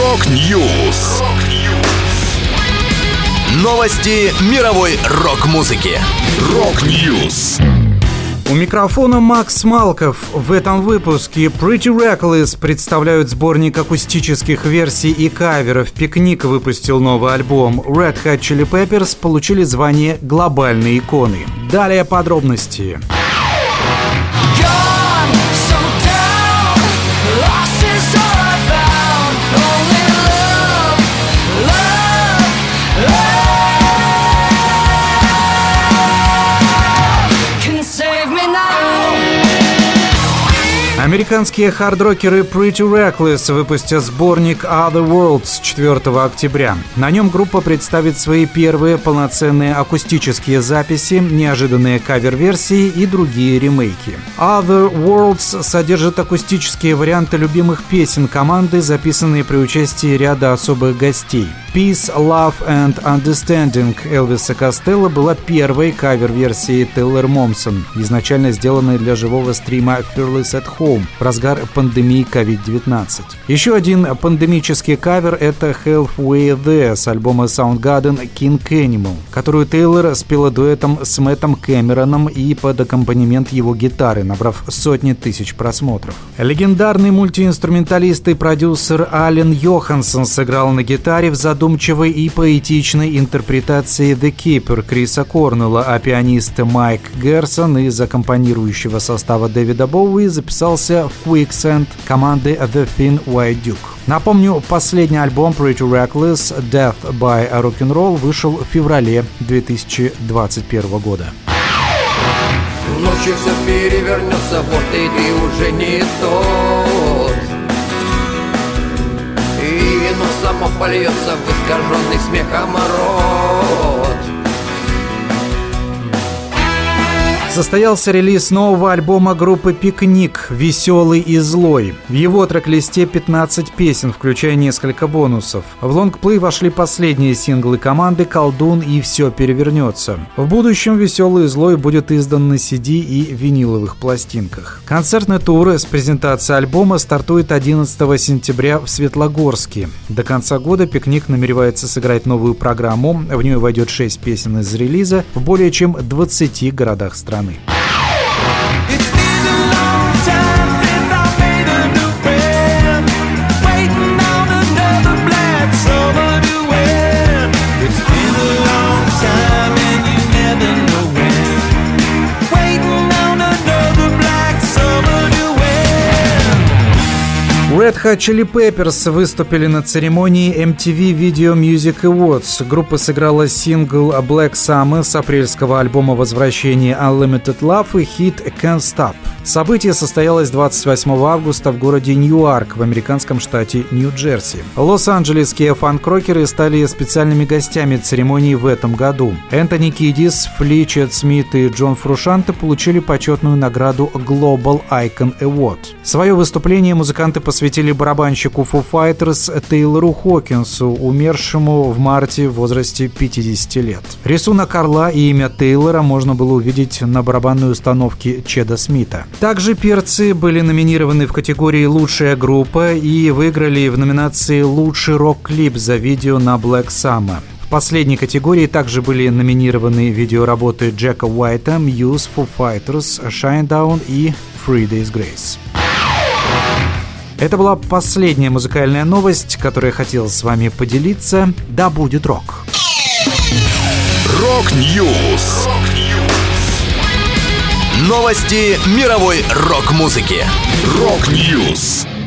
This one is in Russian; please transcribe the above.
Рок-Ньюс. Новости мировой рок-музыки. Рок-Ньюс. У микрофона Макс Малков. В этом выпуске Pretty Reckless представляют сборник акустических версий и каверов. Пикник выпустил новый альбом. Red Hot Chili Peppers получили звание глобальной иконы. Далее подробности. Американские хард-рокеры Pretty Reckless выпустят сборник Other Worlds 4 октября. На нем группа представит свои первые полноценные акустические записи, неожиданные кавер-версии и другие ремейки. Other Worlds содержит акустические варианты любимых песен команды, записанные при участии ряда особых гостей. Peace, Love and Understanding Элвиса Костелло была первой кавер-версией Тейлор Момсон, изначально сделанной для живого стрима Fearless at Home в разгар пандемии COVID-19. Еще один пандемический кавер — это Halfway There с альбома Soundgarden King Animal, которую Тейлор спела дуэтом с Мэттом Кэмероном и под аккомпанемент его гитары, набрав сотни тысяч просмотров. Легендарный мультиинструменталист и продюсер Ален Йоханссон сыграл на гитаре в задумчивой и поэтичной интерпретации The Keeper Криса Корнелла, а пианист Майк Герсон из аккомпанирующего состава Дэвида Боуи записался в Quicksand команды The Thin White Duke. Напомню, последний альбом Pretty Reckless Death by Rock'n'Roll вышел в феврале 2021 года. Ночью все перевернется, вот и ты уже не тот. И вино само польется в искаженный смехом рот. Состоялся релиз нового альбома группы «Пикник» «Веселый и злой». В его трек-листе 15 песен, включая несколько бонусов. В лонгплей вошли последние синглы команды «Колдун» и «Все перевернется». В будущем «Веселый и злой» будет издан на CD и виниловых пластинках. Концертный тур с презентацией альбома стартует 11 сентября в Светлогорске. До конца года «Пикник» намеревается сыграть новую программу. В нее войдет 6 песен из релиза в более чем 20 городах страны. Red Hot Chili Peppers выступили на церемонии MTV Video Music Awards. Группа сыграла сингл Black Summer с апрельского альбома возвращения Unlimited Love и хит Can't Stop. Событие состоялось 28 августа в городе Ньюарк в американском штате Нью-Джерси. Лос-Анджелесские фанк-рокеры стали специальными гостями церемонии в этом году. Энтони Кидис, Фличет Смит и Джон Фрушанте получили почетную награду Global Icon Award. Свое выступление музыканты посвятили барабанщику Foo Fighters Тейлору Хокинсу, умершему в марте в возрасте 50 лет. Рисунок орла и имя Тейлора можно было увидеть на барабанной установке Чеда Смита. Также перцы были номинированы в категории «Лучшая группа» и выиграли в номинации «Лучший рок-клип» за видео на Black Summer. В последней категории также были номинированы видеоработы Джека Уайта, Muse, Foo Fighters, Shinedown и Three Days Grace. Это была последняя музыкальная новость, которую я хотел с вами поделиться. Да будет рок! Рок-Ньюс. Новости мировой рок-музыки. Рок-Ньюс.